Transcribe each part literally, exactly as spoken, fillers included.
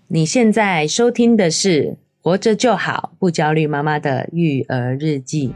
你现在收听的是活着就好不焦虑妈妈的育儿日记。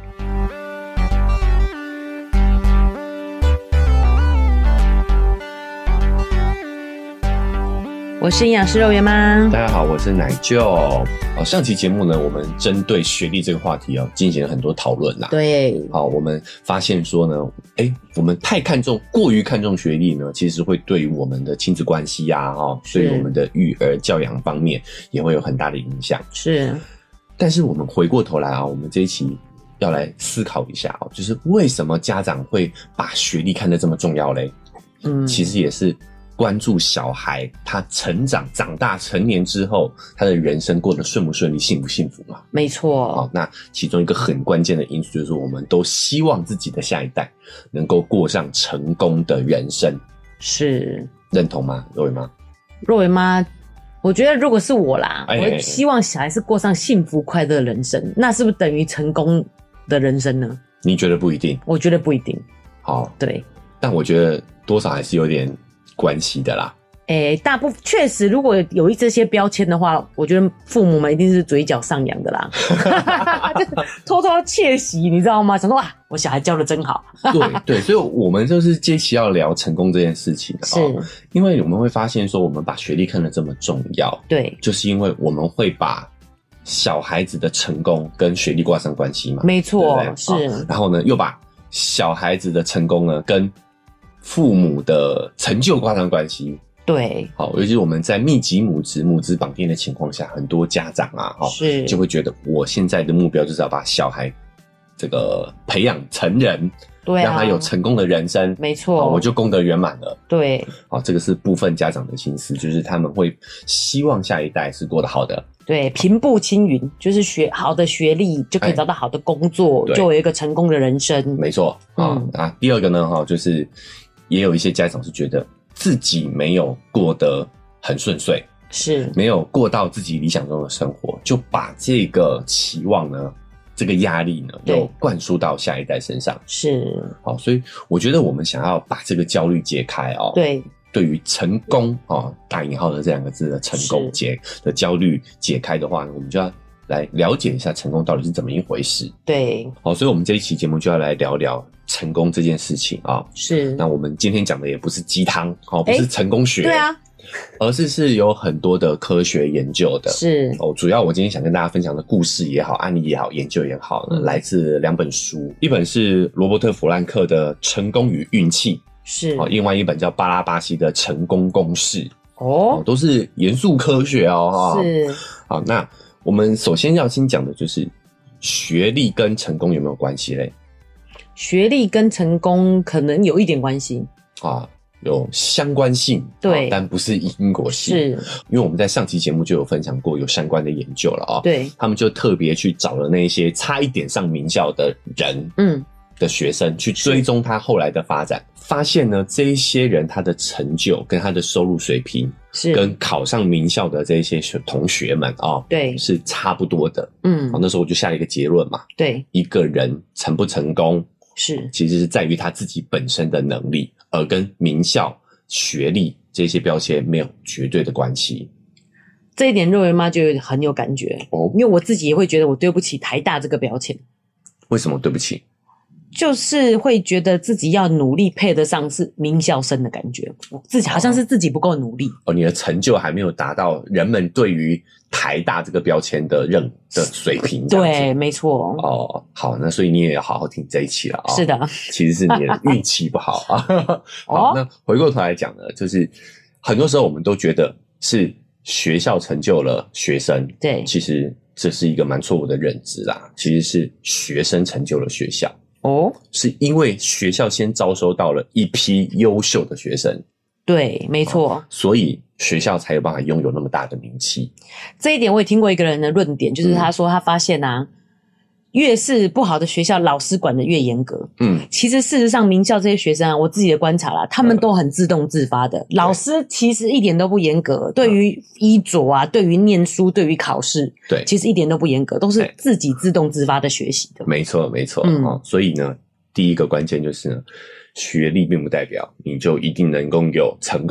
我是营养师肉圆妈， 大家好，我是奶舅。哦，上期节目呢，我们针对学历这个话题哦，进行了很多讨论啦。 对， 好，我们发现说呢，哎，我们太看重、过于看重学历呢，其实会对于我们的亲子关系啊，哈，对于我们的育儿教养方面也会有很大的影响。 是， 但是我们回过头来啊，我们这一期要来思考一下哦，就是为什么家长会把学历看得这么重要嘞？嗯，其实也是关注小孩他成长长大成年之后他的人生过得顺不顺利幸不幸福嘛。 没错。 好，那其中一个很关键的因素就是我们都希望自己的下一代能够过上成功的人生。 是， 认同吗？肉圆妈？ 肉圆妈，我觉得如果是我啦， 哎哎哎我希望小孩是过上幸福快乐的人生，那是不是等于成功的人生呢？ 你觉得不一定？ 我觉得不一定。 好， 对， 但我觉得多少还是有点关系的啦。 诶、大部分确实，如果有一这些标签的话，我觉得父母们一定是嘴角上扬的啦，就是偷偷窃喜，你知道吗？想说哇，我小孩教的真好。 对对，所以我们就是接期要聊成功这件事情的哦， 是， 因为我们会发现说，我们把学历看得这么重要， 对， 就是因为我们会把小孩子的成功跟学历挂上关系嘛， 没错， 对不对？ 是、 哦，然后呢，又把小孩子的成功呢跟父母的成就挂上关系。 对， 好，尤其是我们在密集母职、母职绑定的情况下，很多家长啊，哦， 是就会觉得我现在的目标就是要把小孩这个培养成人， 对啊， 让他有成功的人生， 没错， 我就功德圆满了。 对， 好，这个是部分家长的心思，就是他们会希望下一代是过得好的。 对，平步青云，就是学好的学历就可以找到好的工作， 对就有一个成功的人生。 没错，啊、 嗯啊，第二个呢，哈，就是也有一些家长是觉得自己没有过得很顺遂， 是， 没有过到自己理想中的生活，就把这个期望呢，这个压力呢， 对又灌输到下一代身上。 是， 好，所以我觉得我们想要把这个焦虑解开哦， 对， 对于成功哦，大引号的这两个字的成功是解的焦虑解开的话呢，我们就要来了解一下成功到底是怎么一回事。 对， 好，所以我们这一期节目就要来聊聊成功这件事情啊。 是， 那我们今天讲的也不是鸡汤，哦，不是成功学， 对啊， 而是是有很多的科学研究的。 是， 哦，主要我今天想跟大家分享的故事也好，案例也好，研究也好呢， 嗯来自两本书，一本是罗伯特·弗兰克的《成功与运气》， 是， 哦，另外一本叫巴拉巴西的《成功公式》。 哦哦，，都是严肃科学哦，哈。 是， 好，那我们首先要先讲的就是学历跟成功有没有关系嘞？ 学历跟成功可能有一点关系， 啊，有相关性， 对啊但不是因果性。 是， 因为我们在上期节目就有分享过有相关的研究了啊、哦。 对， 他们就特别去找了那些差一点上名校的人， 嗯， 的学生去追踪他后来的发展，发现呢，这一些人他的成就跟他的收入水平， 是， 跟考上名校的这些同学们啊、哦， 对， 是差不多的。 嗯好，，那时候我就下了一个结论嘛， 对， 一个人成不成功， 是， 其实是在于他自己本身的能力，而跟名校、学历这些标签没有绝对的关系。 这一点肉圆妈就很有感觉哦， 因为我自己也会觉得我对不起台大这个标签， 为什么？对不起， 就是会觉得自己要努力配得上是名校生的感觉，我自己好像是自己不够努力。 哦，你的成就还没有达到人们对于台大这个标签的认的水平，这样子对，没错。 哦，好，那所以你也要好好听这一期了啊、哦。 是的， 其实是你的运气不好啊。 哦好，那回过头来讲呢，就是很多时候我们都觉得是学校成就了学生， 对， 其实这是一个蛮错误的认知啦。其实是学生成就了学校， 哦， 是因为学校先招收到了一批优秀的学生， 对，没错、 哦，所以学校才有办法拥有那么大的名气。 这一点我也听过一个人的论点，就是他说他发现啊，越是不好的学校，老师管得越严格。 嗯， 其实事实上，名校这些学生啊，我自己的观察啦，他们都很自动自发的。老师其实一点都不严格，对于衣着啊，对于念书，对于考试， 对， 其实一点都不严格，都是自己自动自发的学习的。 没错，没错、 嗯哦。所以呢，第一个关键就是呢，学历并不代表你就一定能够有成功，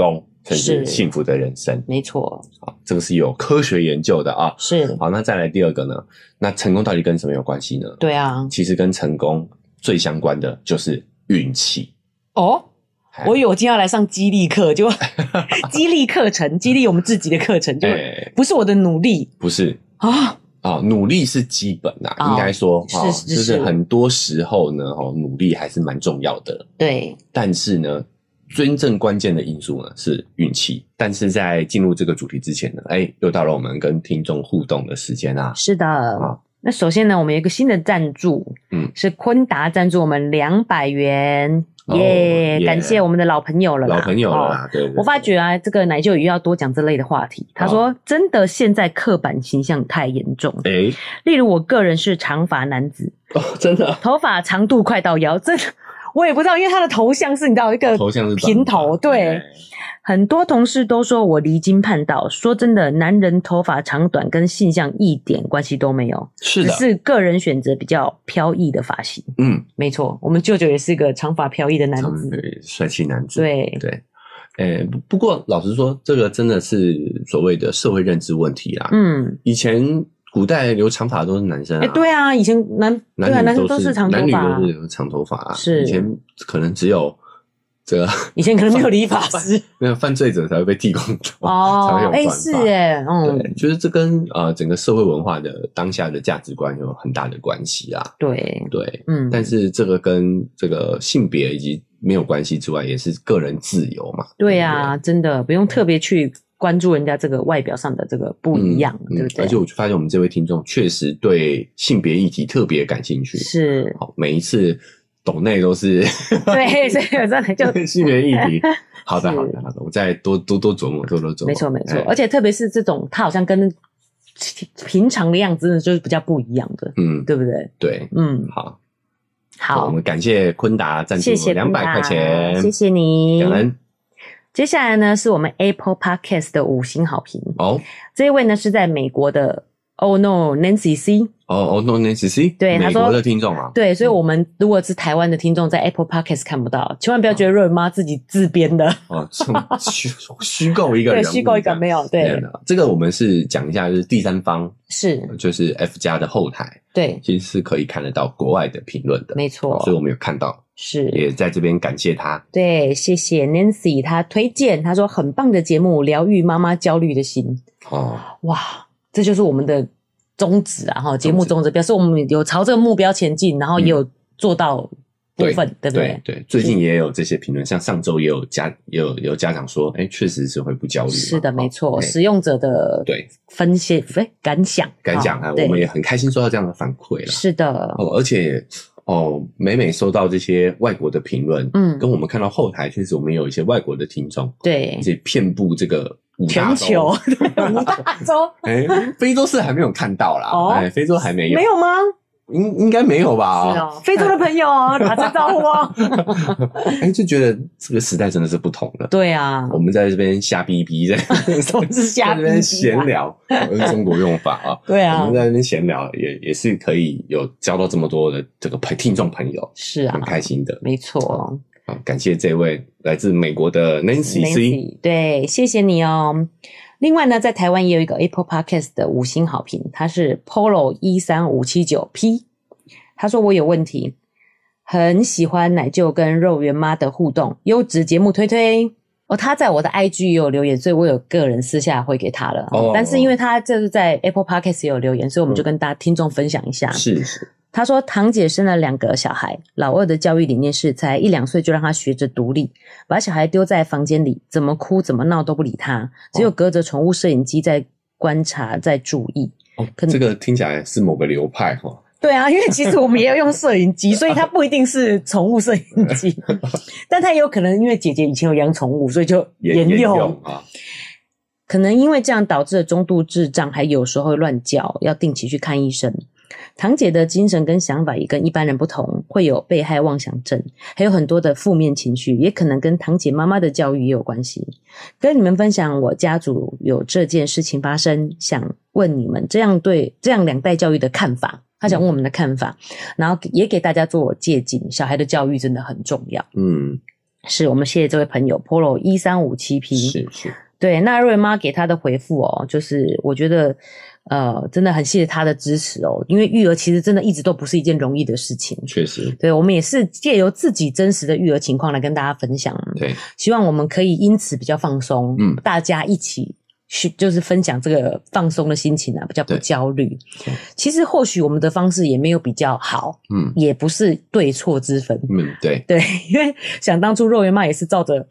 甚至幸福的人生。 没错， 好，这个是有科学研究的啊。 是。 好，那再来第二个呢？那成功到底跟什么有关系呢？ 对啊， 其实跟成功最相关的就是运气。 哦，我以为我今天要来上激励课，就激励课程，激励我们自己的课程，就不是我的努力， 不是啊。 哦，努力是基本啦，哦、应该说，哦， 是是就是很多时候呢，哦，努力还是蛮重要的。 对， 但是呢，真正关键的因素呢是运气。但是在进入这个主题之前呢，哎，又到了我们跟听众互动的时间啦。 是的， 啊， 那首先呢，我们有一个新的赞助，嗯，是坤达赞助我们两百元。耶、yeah, ，感谢我们的老朋友了啦， 老朋友了啦。哦、对, 对, 对， 我发觉啊，这个奶舅也要多讲这类的话题。他说，哦、真的现在刻板形象太严重。诶，例如我个人是长发男子， 哦，真的， 头发长度快到腰，真的我也不知道，因为他的头像是你知道一个头像是平头，对。很多同事都说我离经叛道，说真的，男人头发长短跟性向一点关系都没有， 是的， 只是个人选择比较飘逸的发型。嗯，没错，我们舅舅也是一个长发飘逸的男子， 对，帅气男子。 对对，诶，不过老实说，这个真的是所谓的社会认知问题啦。嗯，以前古代留长发都是男生啊， 欸、对啊，以前男男对啊，男生都是长头发， 男女都是留长头发啊， 是以前可能只有。这个以前可能没有理发师， 没有犯罪者才会被剃光头， 哦， 才会有短发。 欸、是耶，嗯， 对，就是这跟呃整个社会文化的当下的价值观有很大的关系啦。 对对，嗯，但是这个跟这个性别以及没有关系之外，也是个人自由嘛。 对啊，对真的不用特别去关注人家这个外表上的这个不一样，嗯、对不对？ 而且我就发现我们这位听众确实对性别议题特别感兴趣， 是， 好，每一次。抖内都是对，所以我真的就性别议题。好的，好的，好的，我再多多多琢磨，多多琢磨。 没错，没错，而且特别是这种，他好像跟平常的样子真的就是比较不一样的，嗯，对不对？ 对，嗯，好， 好， 我们感谢坤达赞助两百块钱， 谢谢你， 感恩。 接下来呢，是我们 Apple Podcast 的五星好评哦，这一位呢是在美国的 Oh No Nancy C。 哦哦 ，no Nancy C， 对，他说美国的听众啊， 对，所以我们如果是台湾的听众，在 Apple Podcast 看不到，千万不要觉得瑞文妈自己自编的哦，虚虚构一个人物， 对，虚构一个没有，对， 这个我们是讲一下，就是第三方是， 就是 F 加的后台， 对， 其实是可以看得到国外的评论的， 没错， 所以我们有看到， 是， 也在这边感谢他， 对，谢谢 Nancy， 他推荐，他说很棒的节目，疗愈妈妈焦虑的心，哦，哇，这就是我们的。宗旨啊，哈，节目宗旨表示我们有朝这个目标前进，然后也有做到部分，嗯、对不对？ 对对，最近也有这些评论，像上周也有家也有有家长说，哎，确实是会不焦虑。 是的，没错，使用者的对分析感想感想啊，我们也很开心收到这样的反馈了。 是的， 哦，而且哦，每每收到这些外国的评论，嗯，跟我们看到后台，确实我们有一些外国的听众， 对， 而且遍布这个。 全球五大洲， 哎、欸，非洲是还没有看到啦，哎、哦欸，非洲还没有， 没有吗？ 应应该没有吧？ 是哦，非洲的朋友哦，打声招呼哦。 哎、欸，就觉得这个时代真的是不同了。 对啊， 我们在这边瞎逼逼，在总是瞎逼逼， 在这边闲聊，是中国用法啊。 对啊， 我们在那边闲聊，也也是可以有交到这么多的这个听众朋友， 是啊， 很开心的， 没错。 感谢这位来自美国的 Nancy C， 对，谢谢你哦。另外呢，在台湾也有一个 Apple Podcast 的五星好评，他是 Polo 一三五七九 P， 他说我有问题，很喜欢奶舅跟肉圆妈的互动，优质节目推推。哦，他在我的 I G 也有留言，所以我有个人私下回给他了。哦，但是因为他这是在 Apple Podcast 也有留言，所以我们就跟大家听众分享一下。 是是。 他说堂姐生了两个小孩，老二的教育理念是才一两岁就让他学着独立，把小孩丢在房间里，怎么哭怎么闹都不理他，只有隔着宠物摄影机在观察在注意。 哦，这个听起来是某个流派齁。 对啊，因为其实我们也要用摄影机，所以它不一定是宠物摄影机，但它也有可能因为姐姐以前有养宠物，所以就沿用啊。可能因为这样导致了中度智障，还有时候会乱叫，要定期去看医生。堂姐的精神跟想法也跟一般人不同，会有被害妄想症，还有很多的负面情绪，也可能跟堂姐妈妈的教育也有关系。跟你们分享我家族有这件事情发生，想问你们这样对这样两代教育的看法，他想问我们的看法，然后也给大家做借鉴，小孩的教育真的很重要。嗯， 是我们谢谢这位朋友 Polo 一三五七 P， 是是， 对，那瑞妈给他的回复哦，就是我觉得呃，真的很谢谢他的支持哦，因为育儿其实真的一直都不是一件容易的事情， 确实， 对，我们也是借由自己真实的育儿情况来跟大家分享， 对， 希望我们可以因此比较放松， 嗯， 大家一起去就是分享这个放松的心情啊，比较不焦虑。其实或许我们的方式也没有比较好，嗯，也不是对错之分， 嗯，对对，因为想当初肉圆妈也是照着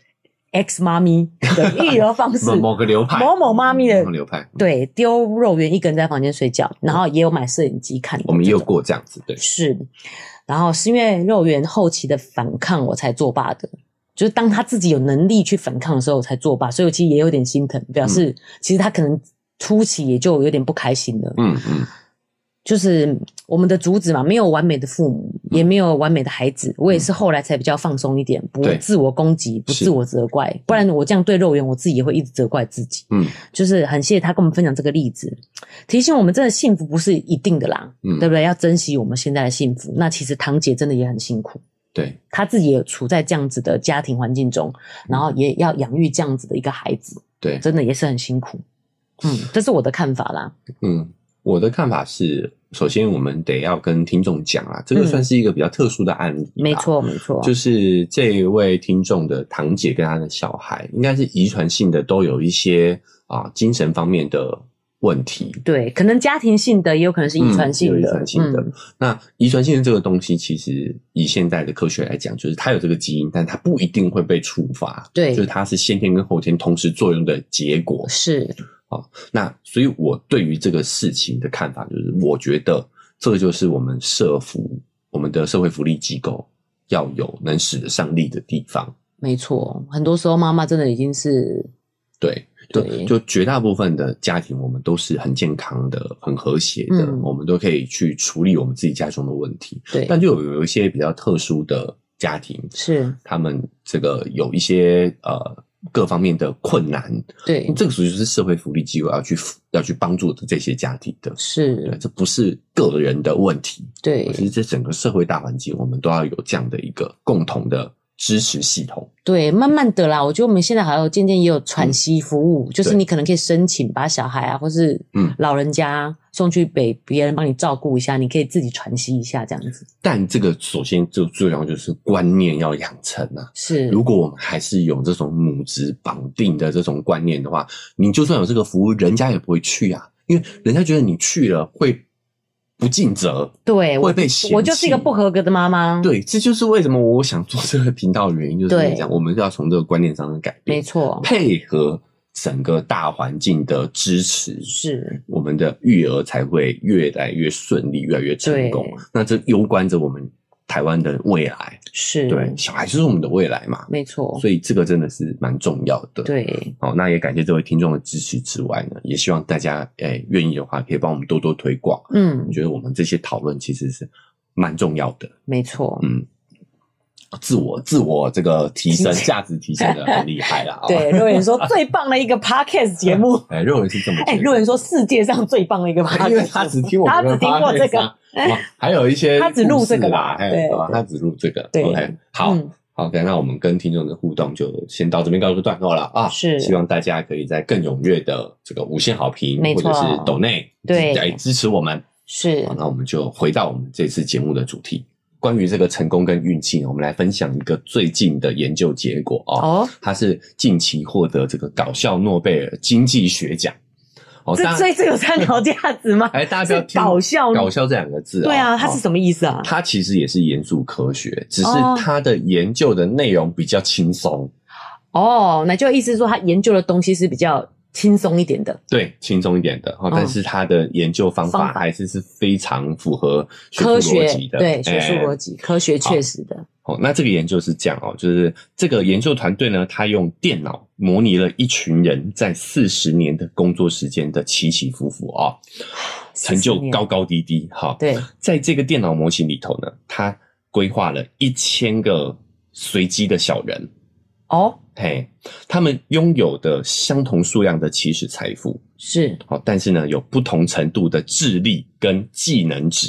X 妈咪的育儿方式， 某某个流派， 某某妈咪的流派， 对，丢肉圆一个人在房间睡觉，然后也有买摄影机看， 我们也有过这样子，对， 是，然后是因为肉圆后期的反抗我才作罢的。就是当他自己有能力去反抗的时候才作罢，所以我其实也有点心疼，表示其实他可能初期也就有点不开心了。嗯嗯，就是我们的主旨嘛，没有完美的父母，嗯、也没有完美的孩子。我也是后来才比较放松一点，不自我攻击，不自我责怪，不然我这样对肉圆，我自己也会一直责怪自己。嗯，就是很谢谢他跟我们分享这个例子，提醒我们真的幸福不是一定的啦，嗯、对不对？要珍惜我们现在的幸福。那其实堂姐真的也很辛苦。 对， 他自己也处在这样子的家庭环境中，然后也要养育这样子的一个孩子， 对， 真的也是很辛苦。嗯，这是我的看法啦。 嗯，我的看法是，首先我们得要跟听众讲啊，这个算是一个比较特殊的案例、嗯。 没错，没错， 就是这一位听众的堂姐跟他的小孩，应该是遗传性的，都有一些啊精神方面的问题。 对，可能家庭性的，也有可能是遗传性的。 嗯、遗传性的。嗯、那遗传性的这个东西，其实以现代的科学来讲，就是它有这个基因，但它不一定会被触发。 对， 就是它是先天跟后天同时作用的结果。 是。 啊，那所以我对于这个事情的看法就是，我觉得这个就是我们社福、我们的社会福利机构要有能使得上力的地方。 没错，很多时候妈妈真的已经是对。对，就绝大部分的家庭，我们都是很健康的、很和谐的，嗯、我们都可以去处理我们自己家中的问题。 对， 但就有有一些比较特殊的家庭， 是他们这个有一些呃各方面的困难。 对， 这个属于就是社会福利机构要去要去帮助的这些家庭的。 是， 对，这不是个人的问题。 对， 其实这整个社会大环境，我们都要有这样的一个共同的支持系统。 对，慢慢的啦，我觉得我们现在还有渐渐也有喘息服务，嗯、就是你可能可以申请把小孩啊，或是老人家送去给别人帮你照顾一下，你可以自己喘息一下这样子。 但这个首先就最重要就是观念要养成啊。 是， 如果我们还是有这种母职绑定的这种观念的话，你就算有这个服务，人家也不会去啊，因为人家觉得你去了会不尽责， 对， 会被嫌弃。 我就是一个不合格的妈妈。 对，这就是为什么我想做这个频道的原因，就是讲我们要从这个观念上的改变， 没错， 配合整个大环境的支持， 是我们的育儿才会越来越顺利，越来越成功。那这攸关着我们台湾的未来， 是对小孩就是我们的未来嘛， 没错， 所以这个真的是蛮重要的。 对， 好，那也感谢这位听众的支持之外呢，也希望大家诶愿意的话，可以帮我们多多推广。嗯，我觉得我们这些讨论其实是蛮重要的。 没错， 嗯，自我自我这个提升，价值提升的很厉害啦。 对，肉圆说最棒的一个 podcast 节目， 哎，肉圆是这么哎，肉圆说世界上最棒的一个 podcast， 因为他只听我们的 podcast， 他只听过这个。 还有一些他只录这个啦， 对，他只录这个。OK， 好，好 ，OK， 那我们跟听众的互动就先到这边告一个段落了啊。 是， 希望大家可以在更踊跃的这个五星好评，或者是抖内， 对， 来支持我们。 是， 那我们就回到我们这次节目的主题，关于这个成功跟运气，我们来分享一个最近的研究结果哦。哦，它是近期获得这个搞笑诺贝尔经济学奖。 哦、这这这有参考价值吗？ 哎，大家不要听搞笑搞笑这两个字、哦。 对啊，它是什么意思啊？ 它其实也是严肃科学，只是它的研究的内容比较轻松。 哦，那就意思是说，他研究的东西是比较轻松一点的。 对，轻松一点的、哦、但是它的研究方法还是是非常符合学术逻辑的。 对，学术逻辑、哎，科学确实的。 哦，那这个研究是这样哦，就是这个研究团队呢，他用电脑模拟了一群人在四十年的工作时间的起起伏伏哦，成就高高低低哈、哦。 对， 在这个电脑模型里头呢，他规划了一千个随机的小人哦， 嘿，他们拥有的相同数量的起始财富是， 好，但是呢，有不同程度的智力跟技能值。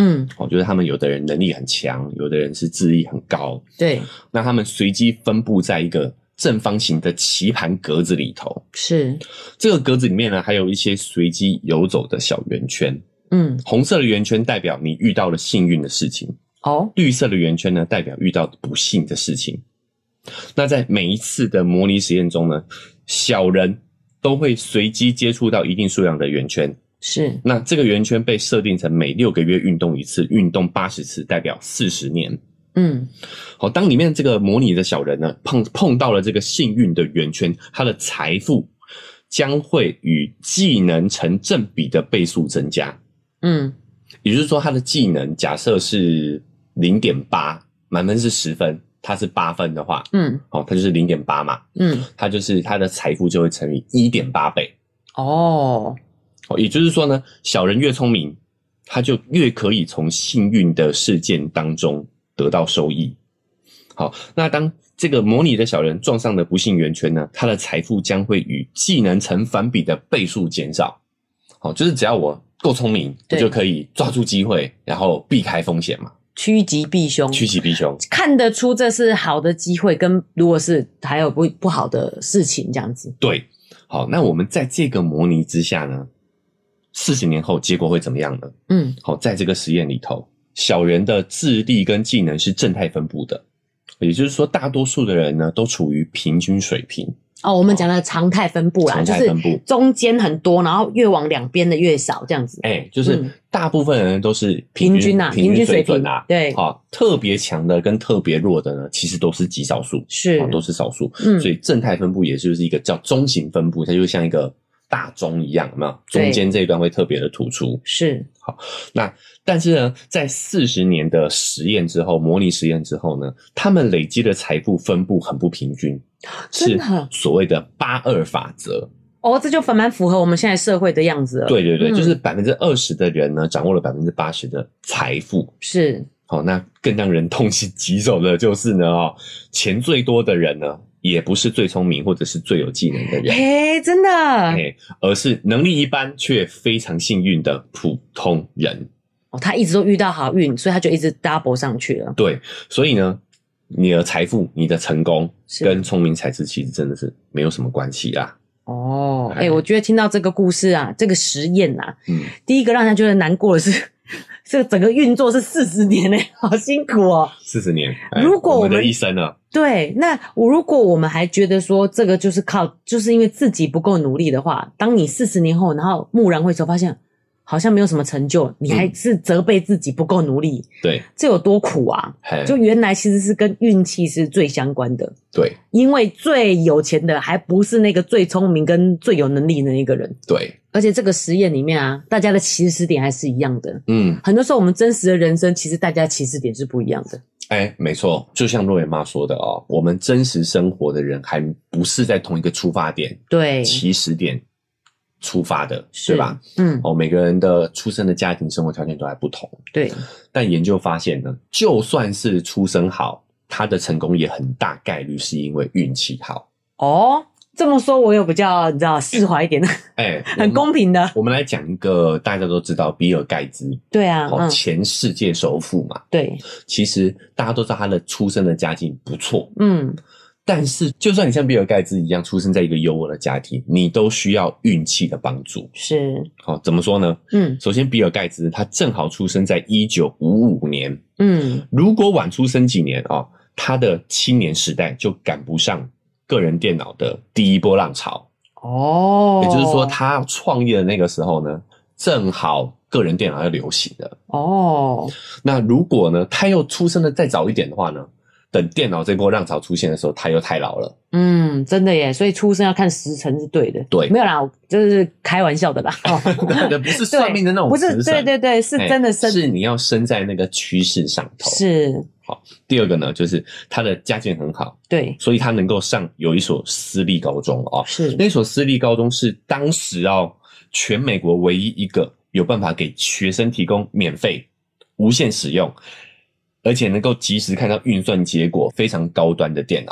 嗯， 哦，就是他们有的人能力很强，有的人是智力很高。 对， 那他们随机分布在一个正方形的棋盘格子里头。 是这个格子里面呢，还有一些随机游走的小圆圈。 嗯， 红色的圆圈代表你遇到了幸运的事情， 哦， 绿色的圆圈呢代表遇到不幸的事情。那在每一次的模拟实验中呢，小人都会随机接触到一定数量的圆圈。 是， 那这个圆圈被设定成每六个月运动一次，运动八十次，代表四十年。 嗯， 好，当里面这个模拟的小人呢碰碰到了这个幸运的圆圈，他的财富将会与技能成正比的倍数增加。 嗯， 也就是说他的技能假设是 零点八， 满分是十分，他是八分的话， 嗯， 哦，他就是 零点八 嘛， 嗯， 他就是他的财富就会乘以 一点八 倍。 哦， 哦，也就是说呢，小人越聪明，他就越可以从幸运的事件当中得到收益。好，那当这个模拟的小人撞上的不幸圆圈呢，他的财富将会与技能成反比的倍数减少。好，就是只要我够聪明，我就可以抓住机会，然后避开风险嘛。 趋吉避凶， 趋吉避凶， 看得出这是好的机会，跟如果是还有不不好的事情这样子。 对，好，那我们在这个模拟之下呢，四十年后结果会怎么样呢？ 嗯， 好，在这个实验里头，小人的智力跟技能是正态分布的，也就是说，大多数的人呢都处于平均水平。 哦，我们讲的常态分布啦， 常态分布就是中间很多，然后越往两边的越少，这样子。 哎、欸，就是大部分人都是平均平均啊， 平均水水平准啊。 对， 好，特别强的跟特别弱的呢，其实都是极少数， 是都是少数。 嗯， 所以正态分布也就是一个叫中型分布，它就像一个大钟一样，有没有？中间这一段会特别的突出。 是好，那但是呢，在四十年的实验之后，模拟实验之后呢，他们累积的财富分布很不平均。 真的是所谓的八二法则。 哦，这就蛮符合我们现在社会的样子了。 对对对， 嗯、 就是百分之二十的人呢，掌握了百分之八十的财富。 是， 好，那更让人痛心疾首的就是呢，哦，钱最多的人呢，也不是最聪明或者是最有技能的人， 嘿，真的， 嘿，而是能力一般却非常幸运的普通人。 哦，他一直都遇到好运，所以他就一直 double 上去了。 对，所以呢，你的财富、你的成功跟聪明才智其实真的是没有什么关系啦。 哦，哎、欸，我觉得听到这个故事啊，这个实验啊， 嗯， 第一个让人觉得难过的是，这个整个运作是四十年嘞、欸，好辛苦哦。 四十年， 如果我们， 我们的一生啊， 对，那我如果我们还觉得说这个就是靠，就是因为自己不够努力的话，当你四十年后，然后蓦然回首发现，好像没有什么成就，你还是责备自己不够努力， 对， 这有多苦啊！就原来其实是跟运气是最相关的， 对， 因为最有钱的还不是那个最聪明跟最有能力的那个人， 对， 而且这个实验里面啊，大家的起始点还是一样的， 嗯， 很多时候我们真实的人生，其实大家起始点是不一样的。 哎、欸，没错，就像若妍妈说的哦，我们真实生活的人还不是在同一个出发点， 对， 起始点出发的，对吧？ 嗯， 哦，每个人的出生的家庭生活条件都还不同， 对。 但研究发现呢，就算是出生好，他的成功也很大概率是因为运气好。 哦，这么说我有比较你知道释怀一点的， 哎、欸， 很公平的。 我们来讲一个大家都知道比尔盖茨， 对啊， 哦，前世界首富嘛， 对。 其实大家都知道他的出生的家境不错， 嗯。 但是，就算你像比尔盖茨一样出生在一个优渥的家庭，你都需要运气的帮助。 是， 好，怎么说呢？嗯，首先，比尔盖茨他正好出生在一九五五年。嗯，如果晚出生几年哦，他的青年时代就赶不上个人电脑的第一波浪潮。哦，也就是说，他创业的那个时候呢，正好个人电脑要流行的。哦，那如果呢，他又出生的再早一点的话呢？等电脑这波浪潮出现的时候，他又太老了。 嗯，真的耶，所以出生要看时辰是对的。 对， 没有啦，就是开玩笑的啦。 对，不是算命的那种不是，对对对，是真的生， 是你要生在那个趋势上头。 是。 好，第二个呢，就是他的家境很好， 对， 所以他能够上有一所私立高中哦。 是， 那所私立高中是当时哦全美国唯一一个有办法给学生提供免费、无限使用。而且能够及时看到运算结果非常高端的电脑。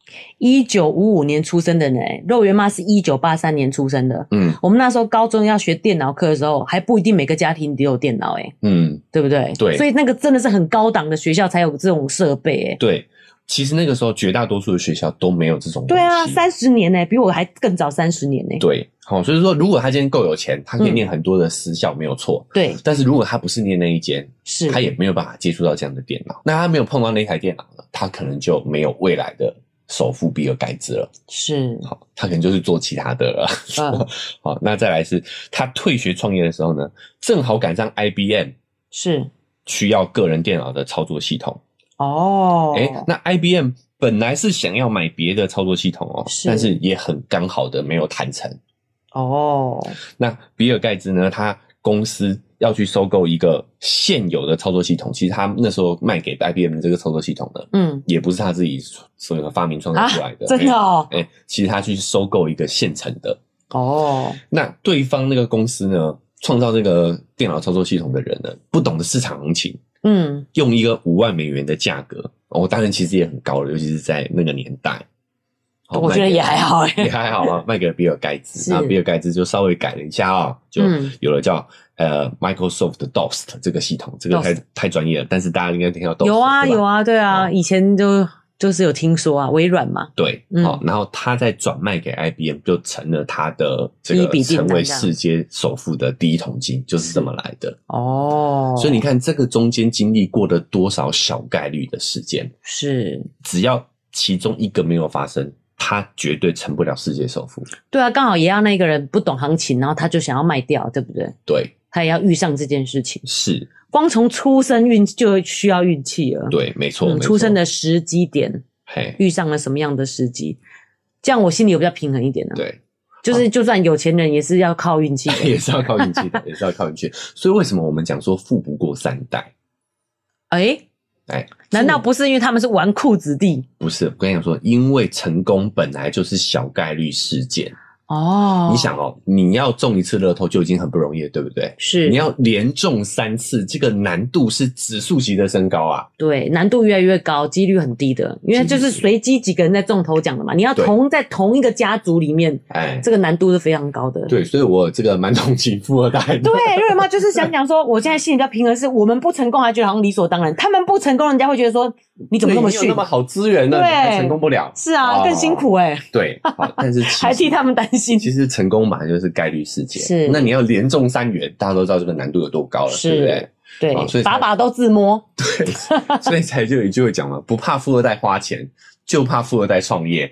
一九五五年出生的人、欸，肉圆妈是一九八三年出生的。嗯，我们那时候高中要学电脑课的时候，还不一定每个家庭都有电脑、欸，哎，嗯，对不对？ 对， 所以那个真的是很高档的学校才有这种设备、欸，哎， 对。其实那个时候绝大多数的学校都没有这种东西。 对啊，三十年呢、欸，比我还更早三十年呢、欸。 对，好，所以说如果他今天够有钱，他可以念很多的私校、嗯、没有错。对，但是如果他不是念那一间，是他也没有办法接触到这样的电脑。那他没有碰到那台电脑呢，他可能就没有未来的首富比尔盖茨了。是，好，他可能就是做其他的了。嗯、好，那再来是他退学创业的时候呢，正好赶上 I B M 是需要个人电脑的操作系统。哦，诶、欸、那 I B M 本来是想要买别的操作系统哦，是但是也很刚好的没有谈成。哦，那比尔盖茨呢，他公司要去收购一个现有的操作系统，其实他那时候卖给 I B M 的这个操作系统呢，嗯，也不是他自己所有的发明创造出来的，啊、真的哦，诶、欸、其实他去收购一个现成的。哦，那对方那个公司呢，创造这个电脑操作系统的人呢，不懂得市场行情。嗯，用一个五万美元的价格，哦，当然其实也很高了，尤其是在那个年代。 哦、我觉得也还好耶， 也还好啊，卖给了比尔盖茨，然后比尔盖茨就稍微改了一下啊、哦，就有了叫、嗯、呃 Microsoft 的 D O S 这个系统，这个太太专业了，但是大家应该听到 D O S 有啊有啊，对啊，哦、以前就就是有听说啊，微软嘛， 对，嗯、好，然后他再转卖给 I B M， 就成了他的这个成为世界首富的第一桶金，就是这么来的哦。所以你看，这个中间经历过了多少小概率的事件，是只要其中一个没有发生，他绝对成不了世界首富。 对啊，刚好也要那个人不懂行情，然后他就想要卖掉，对不对？ 对， 他也要遇上这件事情， 是。 光从出生运就需要运气了， 对，没错、嗯，没错， 出生的时机点，嘿，遇上了什么样的时机，这样我心里有比较平衡一点啊。对，就是就算有钱人也是要靠运气的， 也是要靠运气的，也是要靠运气。所以为什么我们讲说富不过三代？ 哎、欸、哎、欸，难道不是因为他们是纨绔子弟？ 不是，我跟你讲说，因为成功本来就是小概率事件。哦，你想哦，你要中一次乐透就已经很不容易了，对不对？是，你要连中三次，这个难度是指数级的升高啊。 对，难度越来越高，几率很低的，因为就是随机几个人在中头奖的嘛。你要同在同一个家族里面，哎，这个难度是非常高的。 对，所以我这个蛮同情富二代的。 对，为什么就是想讲说，我现在心里比较平衡，是我们不成功还觉得好像理所当然，他们不成功，人家会觉得说你怎么那么逊， 那么好资源呢，你还成功不了？ 是啊，哦、更辛苦哎、欸。 对，好，但是还替他们担心。 其实成功本来就是概率事件，是。那你要连中三元，大家都知道这个难度有多高了，对不对？ 对，哦、所以把把都自摸。 对，所以才就有一句会讲嘛，不怕富二代花钱，就怕富二代创业。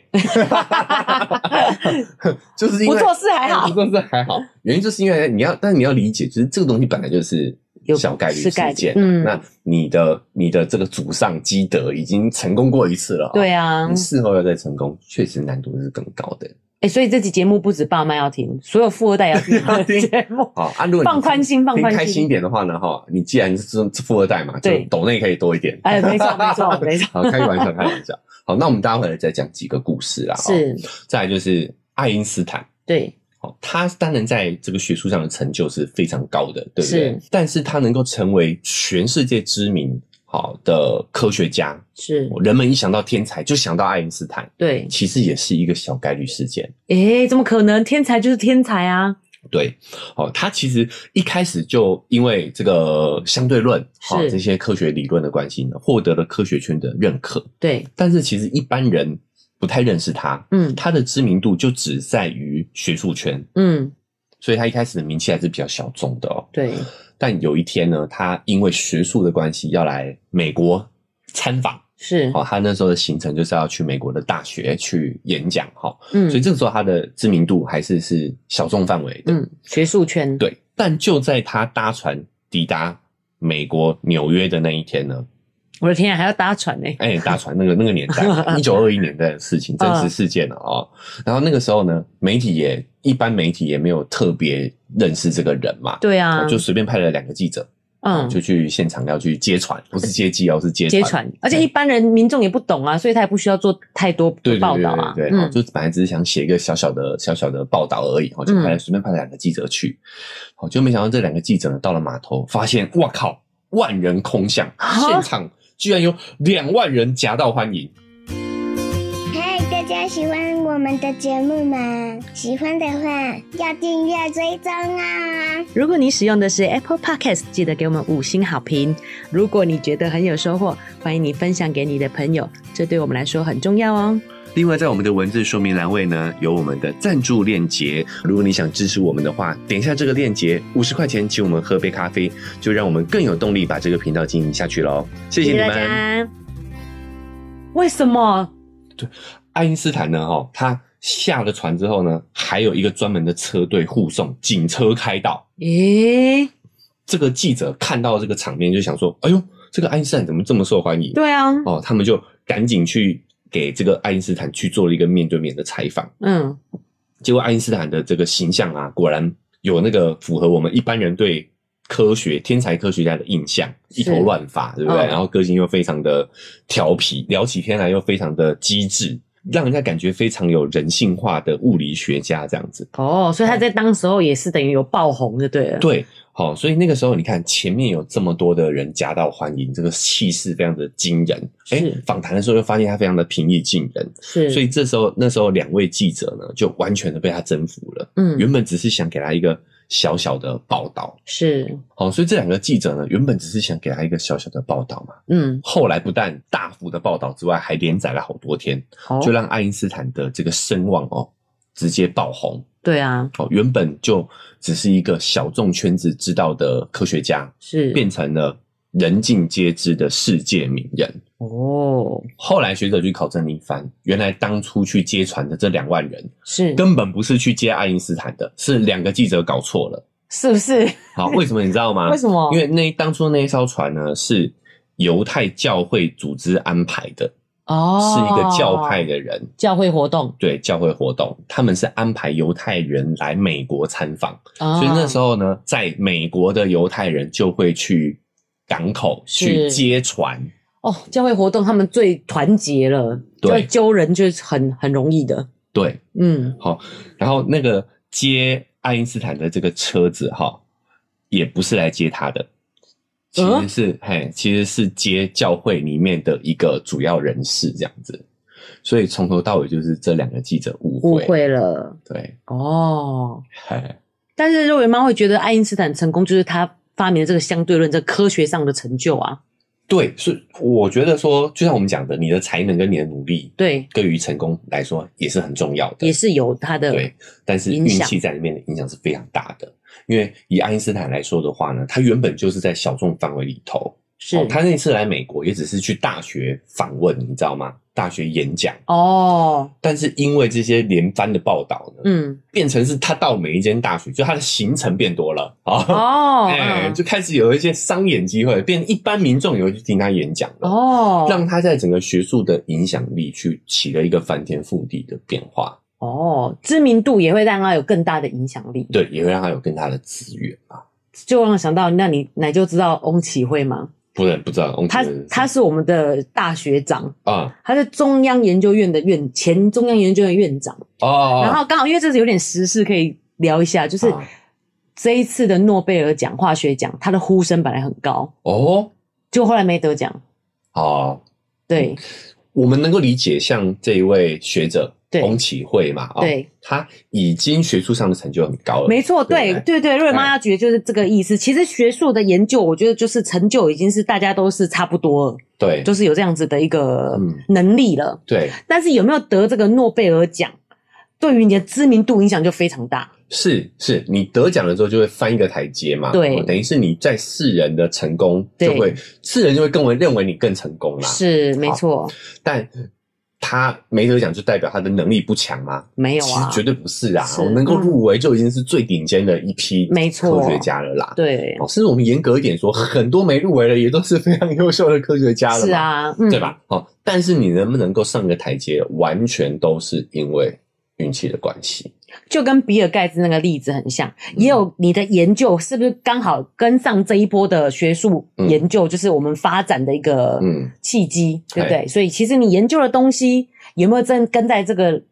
就是因为不做事还好， 不做事还好，原因就是因为你要，但是你要理解，就是这个东西本来就是小概率事件，嗯，那你的你的这个祖上积德已经成功过一次了， 对啊， 你事后要再成功，确实难度是更高的。 哎、欸，所以这期节目不止爸妈要听，所有富二代要听节目。 好啊，如果你放宽心，放宽心， 开心一点的话呢，哈，你既然是富二代嘛，就抖内可以多一点。 哎，没错，没错，没错。 好，开玩笑，开玩笑。好，那我们待会儿再讲几个故事啦。是，再来就是爱因斯坦。对，好，他当然在这个学术上的成就是非常高的，对不对？是，但是他能够成为全世界知名好的科学家，是人们一想到天才就想到爱因斯坦，对，其实也是一个小概率事件。 诶，怎么可能？天才就是天才啊！ 对，哦，他其实一开始就因为这个相对论，好、哦、这些科学理论的关系呢，获得了科学圈的认可。对，但是其实一般人不太认识他，嗯，他的知名度就只在于学术圈，嗯，所以他一开始的名气还是比较小众的哦。对。但有一天呢，他因为学术的关系要来美国参访，是哦，他那时候的行程就是要去美国的大学去演讲，哈，嗯，所以这个时候他的知名度还是是小众范围的， 嗯，学术圈对。但就在他搭船抵达美国纽约的那一天呢， 我的天啊，还要搭船呢、欸！ 哎、欸，搭船那个那个年代，一九二一年代的事情，真实事件了啊、哦。然后那个时候呢，媒体也一般媒体也没有特别认识这个人嘛，对啊，就随便派了两个记者，嗯，就去现场要去接船，不是接机哦，是接船。 接船，而且一般人民众也不懂啊，所以他也不需要做太多报道啊。 对对对对对，嗯，就本来只是想写一个小小的小小的报道而已，就派随便派了两个记者去，好，就没想到这两个记者呢到了码头，发现哇靠，万人空巷，现场居然有两万人夹道欢迎。 嗨，大家喜欢我们的节目吗？喜欢的话要订阅追踪啊！ 如果你使用的是 Apple Podcast， 记得给我们五星好评。如果你觉得很有收获，欢迎你分享给你的朋友，这对我们来说很重要哦。 另外在我们的文字说明栏位呢，有我们的赞助链接，如果你想支持我们的话，点一下这个链接，五十块钱请我们喝杯咖啡，就让我们更有动力把这个频道经营下去咯。谢谢你们。 谢谢大家。为什么？ 对，爱因斯坦呢齁，他下了船之后呢，还有一个专门的车队护送，警车开道。 诶， 这个记者看到这个场面就想说，哎呦，这个爱因斯坦怎么这么受欢迎？ 对啊， 哦，他们就赶紧去给这个爱因斯坦去做了一个面对面的采访。 嗯， 结果爱因斯坦的这个形象啊，果然有那个符合我们一般人对科学天才科学家的印象，一头乱发，对不对？嗯、然后个性又非常的调皮，聊起天来又非常的机智，让人家感觉非常有人性化的物理学家这样子。 哦，所以他在当时候也是等于有爆红就对了。 对。好、哦，所以那个时候你看前面有这么多的人夹道欢迎，这个气势非常的惊人。诶，访谈的时候又发现他非常的平易近人。是，所以这时候那时候两位记者呢就完全的被他征服了。嗯，原本只是想给他一个小小的报道。是，好、哦，所以这两个记者呢原本只是想给他一个小小的报道嘛。嗯，后来不但大幅的报道之外，还连载了好多天，哦、就让爱因斯坦的这个声望哦直接爆红。 对啊， 哦，原本就只是一个小众圈子知道的科学家，是变成了人尽皆知的世界名人。哦，后来学者去考证了一番，原来当初去接船的这两万人，是根本不是去接爱因斯坦的，是两个记者搞错了， 是不是？ 好，为什么你知道吗？ 为什么？ 因为那当初那一艘船呢，是犹太教会组织安排的。哦，是一个教派的人， 教会活动， 对，教会活动，他们是安排犹太人来美国参访，哦、所以那时候呢，在美国的犹太人就会去港口去接船。 哦，教会活动他们最团结了，对，揪人就是很很容易的。 对，嗯，好，然后那个接爱因斯坦的这个车子哈，也不是来接他的。其实是、嗯、嘿，其实是接教会里面的一个主要人士这样子，所以从头到尾就是这两个记者误会误会了。 对， 哦，但是肉圆妈会觉得爱因斯坦成功就是他发明的这个相对论，这科学上的成就啊。 对，所以我觉得说，就像我们讲的，你的才能跟你的努力， 对， 对于成功来说也是很重要的， 也是有它的对，但是运气在里面的影响是非常大的。因为以爱因斯坦来说的话呢，他原本就是在小众范围里头，是、哦、他那次来美国也只是去大学访问，你知道吗？大学演讲哦，但是因为这些连番的报道呢，嗯，变成是他到每一间大学，就他的行程变多了哦，哎、欸，就开始有一些商演机会，变成一般民众也会去听他演讲了哦，让他在整个学术的影响力去起了一个翻天覆地的变化。 哦，知名度也会让他有更大的影响力， 对，也会让他有更大的资源啊。 就让我想到，那你奶就知道翁启慧吗？ 不然不知道， 他他是我们的大学长啊，他是中央研究院的院前中央研究院院长哦。然后刚好因为这是有点时事可以聊一下，就是这一次的诺贝尔奖化学奖，他的呼声本来很高哦，结果后来没得奖哦。对， 我们能够理解，像这一位学者。翁启慧嘛，哦，对，他已经学术上的成就很高了， 没错，对对对，瑞妈要觉得就是这个意思。其实学术的研究，我觉得就是成就已经是大家都是差不多了， 对， 就是有这样子的一个能力了， 嗯、对。 但是有没有得这个诺贝尔奖，对于你的知名度影响就非常大。 是是，你得奖了之后就会翻一个台阶嘛，对，等于是你在世人的成功就会，世人就会更为认为你更成功啦， 是没错， 但。他没得奖就代表他的能力不强吗？ 没有啊， 其实绝对不是啊！是能够入围就已经是最顶尖的一批没错科学家了啦。 对， 哦，甚至我们严格一点说，很多没入围的也都是非常优秀的科学家了嘛， 是啊，嗯、 对吧？哦，但是你能不能够上个台阶，完全都是因为运气的关系。 就跟比尔盖茨那个例子很像，也有你的研究是不是刚好跟上这一波的学术研究，就是我们发展的一个契机，嗯、对不对？所以其实你研究的东西有没有真跟在这个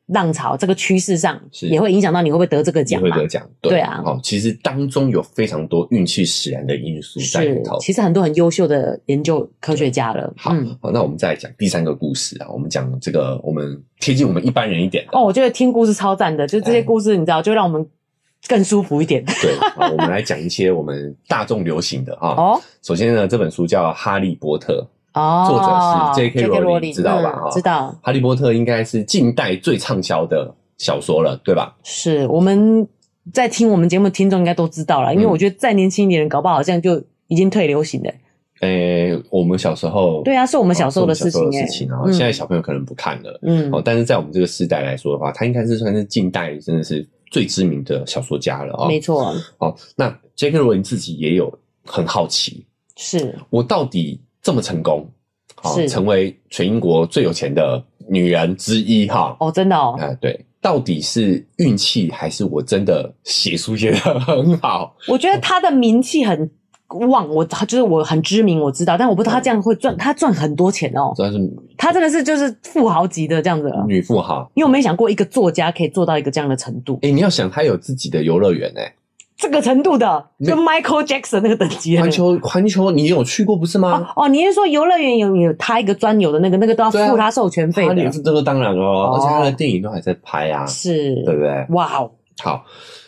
浪潮这个趋势上，也会影响到你会不会得这个奖嘛？ 也会得奖，对对啊。 哦，其实当中有非常多运气使然的因素在里头。 其实很多很优秀的研究科学家了。 好，嗯、好，那我们再来讲第三个故事啊。我们讲这个，我们贴近我们一般人一点的。 哦，我觉得听故事超赞的，就这些故事，你知道，就让我们更舒服一点。 对，好，我们来讲一些我们大众流行的哈。 哦， 首先呢，这本书叫《哈利波特》。 哦， 作者是 J K 罗琳，知道吧？ 嗯、知道。 哈利波特应该是近代最畅销的小说了，对吧？ 是，我们在听我们节目的听众应该都知道了，因为我觉得再年轻一点人搞不好好像就已经退流行了。 诶、欸，我们小时候， 对啊，是我们小时候的事情、欸， 哦、事情啊、嗯，现在小朋友可能不看了， 嗯， 哦，但是在我们这个时代来说的话，他应该是算是近代真的是最知名的小说家了哦。 没错， 哦，那 J K 罗琳自己也有很好奇， 是我到底这么成功，好、哦，成为全英国最有钱的女人之一哈。 哦，真的哦， 啊、呃，对。到底是运气还是我真的写书写得很好？ 我觉得他的名气很旺，我他就是我很知名，我知道，但我不知道他这样会赚，他赚很多钱哦。 真的是， 他真的是就是富豪级的这样子了， 女富豪。 因为我没想过一个作家可以做到一个这样的程度。 诶、欸，你要想他有自己的游乐园诶。 这个程度的，就 Michael Jackson 那个等级的。 环球环球你有去过不是吗？ 哦，哦你是说游乐园有有他一个专有的那个，那个都要付他授权费的。 啊、这个当然哦，而且他的电影都还在拍啊， 是， 对不对？ 哇哦， 好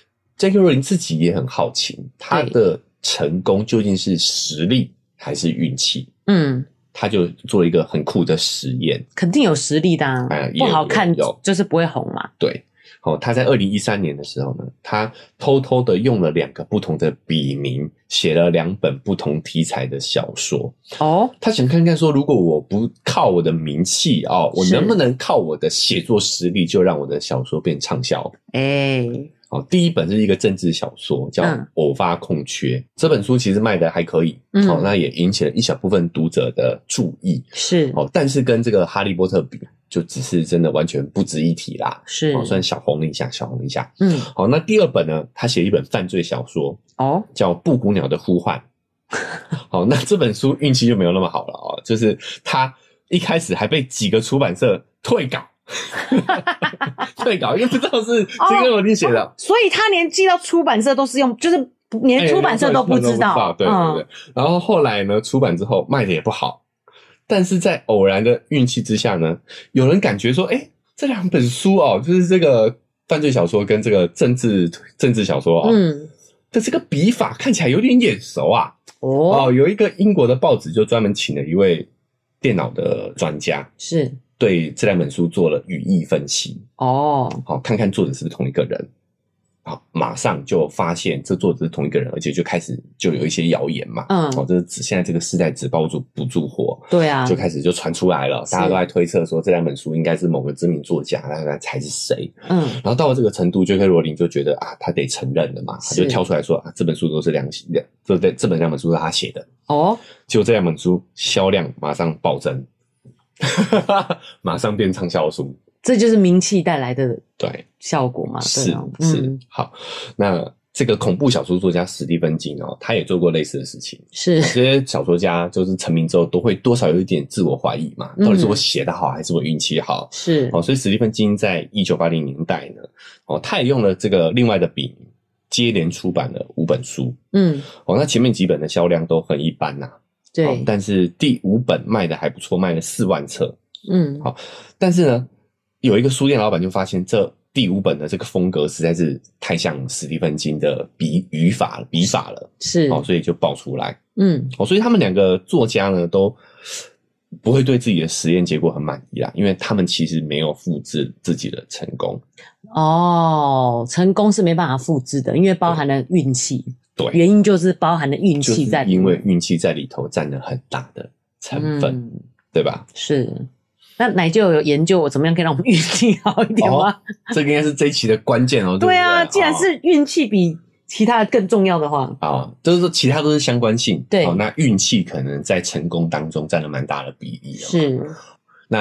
，J K 罗琳自己也很好奇，他的成功究竟是实力还是运气？ 嗯， 他就做一个很酷的实验， 肯定有实力的、啊哎，不好看就是不会红嘛。 对。哦，他在二零一三年的时候呢，他偷偷的用了两个不同的笔名，写了两本不同题材的小说。 哦， 他想看看说，如果我不靠我的名气哦，我能不能靠我的写作实力，就让我的小说变畅销？ 哎、欸， 哦，第一本是一个政治小说，叫《偶发空缺》。嗯、这本书其实卖的还可以，嗯，哦，那也引起了一小部分读者的注意。 是， 哦，但是跟这个《哈利波特》比，就只是真的完全不值一提啦。 是， 哦，算小红了一下，小红了一下。 嗯， 好，那第二本呢，他写一本犯罪小说， 哦， 叫《布谷鸟的呼唤》。好，那这本书运气就没有那么好了哦，就是他一开始还被几个出版社退稿。退稿，因为不知道是这个罗琳写的、哦， 所以他连寄到出版社都是用，就是连出版社都不知道。 欸、对对对、嗯。然后后来呢，出版之后卖的也不好，但是在偶然的运气之下呢，有人感觉说，哎、欸，这两本书哦，就是这个犯罪小说跟这个政治政治小说哦，嗯，的这个笔法看起来有点眼熟啊。哦，哦，有一个英国的报纸就专门请了一位电脑的专家， 是。 对这两本书做了语义分析哦， 好，看看作者是不是同一个人。好，马上就发现这作者是同一个人，而且就开始就有一些谣言嘛。嗯，哦，这是现在这个时代纸包住不住火， 对啊， 就开始就传出来了，大家都在推测说这两本书应该是某个知名作家，那那猜是谁？嗯，然后到了这个程度 ，J K 罗琳就觉得啊，他得承认了嘛，他就跳出来说啊，这本书都是两两，这这本两本书是他写的哦， 结果这两本书销量马上暴增。马上变畅销书， 这就是名气带来的对效果嘛？ 是、 啊、 是、 嗯、 好。那这个恐怖小说作家史蒂芬金哦，他也做过类似的事情。 是这些小说家就是成名之后都会多少有一点自我怀疑嘛，到底是我写的好还是我运气好？ 是哦，所以史蒂芬金在一九八零年代呢，哦，他也用了这个另外的笔名，接连出版了五本书。嗯，哦，那前面几本的销量都很一般呐、啊。 对、 哦，但是第五本卖的还不错，卖了四万册。 嗯， 好，但是呢，有一个书店老板就发现这第五本的这个风格实在是太像史蒂芬金的笔语法了，笔法了， 是， 好、哦，所以就爆出来。 嗯， 哦，所以他们两个作家呢都不会对自己的实验结果很满意啦，因为他们其实没有复制自己的成功。 哦，成功是没办法复制的，因为包含了运气。 对， 原因就是包含了运气在里面， 就是因为运气在里头占了很大的成分，嗯、对吧？ 是。那奶就有研究我怎么样可以让我们运气好一点吗？ 哦、这个应该是这一期的关键哦。 对啊， 对不对， 既然是运气比其他的更重要的话， 啊、哦，就是说其他都是相关性。 对， 哦，那运气可能在成功当中占了蛮大的比例哦。 是。 那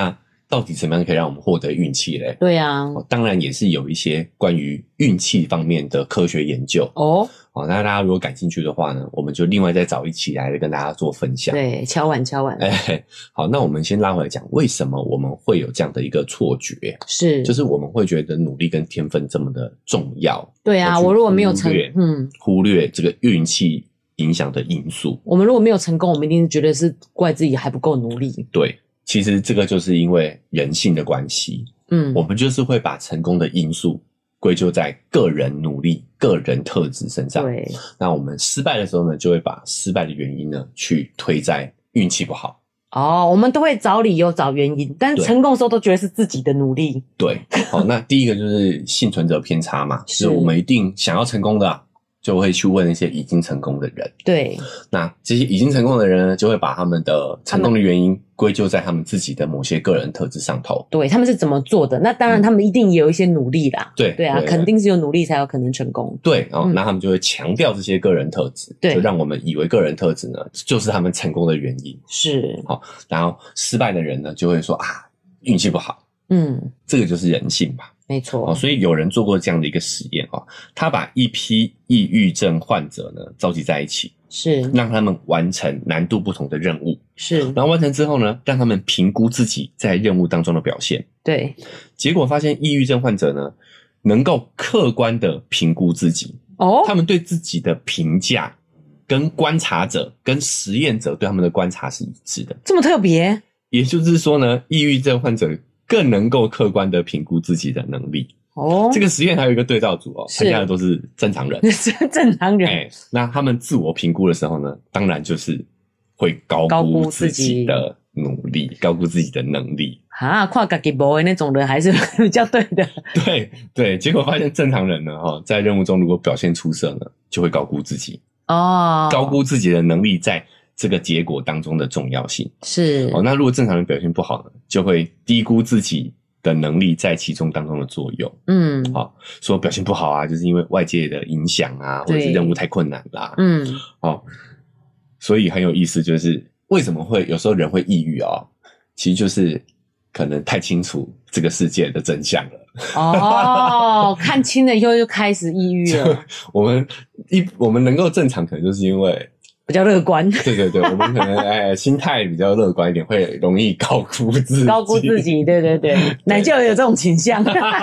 到底怎么样可以让我们获得运气嘞？ 对啊， 哦，当然也是有一些关于运气方面的科学研究哦。 哦，那大家如果感兴趣的话呢，我们就另外再找一期来跟大家做分享。 对，敲碗敲碗。 哎，好，那我们先拉回来讲，为什么我们会有这样的一个错觉？ 是， 就是我们会觉得努力跟天分这么的重要。 对啊，我如果没有成， 嗯，忽略这个运气影响的因素。 我们如果没有成功，我们一定是觉得是怪自己还不够努力。 对，其实这个就是因为人性的关系。嗯，我们就是会把成功的因素归咎在个人努力、个人特质身上。 对， 那我们失败的时候呢，就会把失败的原因呢，去推在运气不好。 哦，我们都会找理由、找原因，但是成功的时候都觉得是自己的努力。 对，好，那第一个就是幸存者偏差嘛，是我们一定想要成功的、啊，就会去问一些已经成功的人。 对， 那这些已经成功的人呢，就会把他们的成功的原因归咎在他们自己的某些个人特质上头。 对，他们是怎么做的？那当然，他们一定也有一些努力啦。 对， 对啊，肯定是有努力才有可能成功。 对哦、嗯，那他们就会强调这些个人特质，对，就让我们以为个人特质呢就是他们成功的原因。 是， 好，然后失败的人呢就会说啊，运气不好。嗯，这个就是人性吧。 没错、 哦，所以有人做过这样的一个实验哦，他把一批抑郁症患者呢召集在一起， 是让他们完成难度不同的任务， 是， 然后完成之后呢，让他们评估自己在任务当中的表现。 对， 结果发现抑郁症患者呢能够客观的评估自己，哦，他们对自己的评价跟观察者跟实验者对他们的观察是一致的， 这么特别。 也就是说呢，抑郁症患者更能够客观的评估自己的能力。哦，这个实验还有一个对照组哦，参加的都是正常人， 是正常人。 哎，那他们自我评估的时候呢，当然就是会高估自己的努力，高估自己的能力。 啊，看自己没的那种人还是比较对的。 对对，结果发现正常人呢，哈，在任务中如果表现出色呢，就会高估自己。哦，高估自己的能力在这个结果当中的重要性。是哦，那如果正常人表现不好呢，就会低估自己的能力在其中当中的作用。嗯，好、哦，说表现不好啊，就是因为外界的影响啊，或者是任务太困难啦。嗯，哦，所以很有意思，就是为什么会有时候人会抑郁啊、哦？其实就是可能太清楚这个世界的真相了。 哦，看清了以后就开始抑郁了。 我们一我们能够正常，可能就是因为比较乐观。 对对对，我们可能哎心态比较乐观一点，会容易高估自己。 高估自己，对对对，奶就有这种倾向。